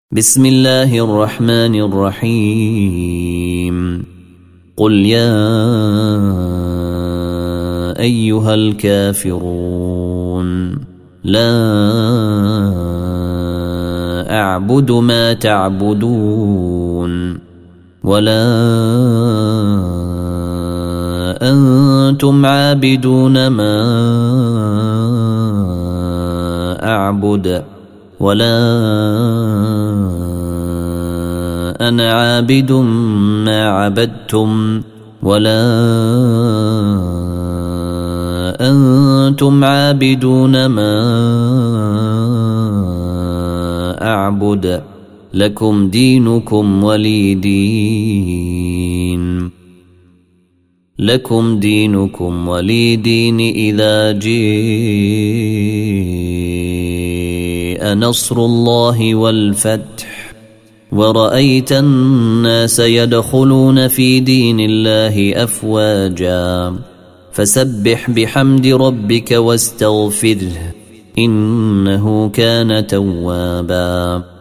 بسم الله الرحمن الرحيم قل يا أيها الكافرون لا أعبد ما تعبدون ولا أنتم عابدون ما أعبد ولا أنا عابد ما عبدتم ولا أنتم عابدون ما أعبد لكم دينكم ولي دين لكم دينكم ولي دين. إذا جاء نصر الله والفتح ورأيت الناس يدخلون في دين الله أفواجا فسبح بحمد ربك واستغفره إنه كان توابا.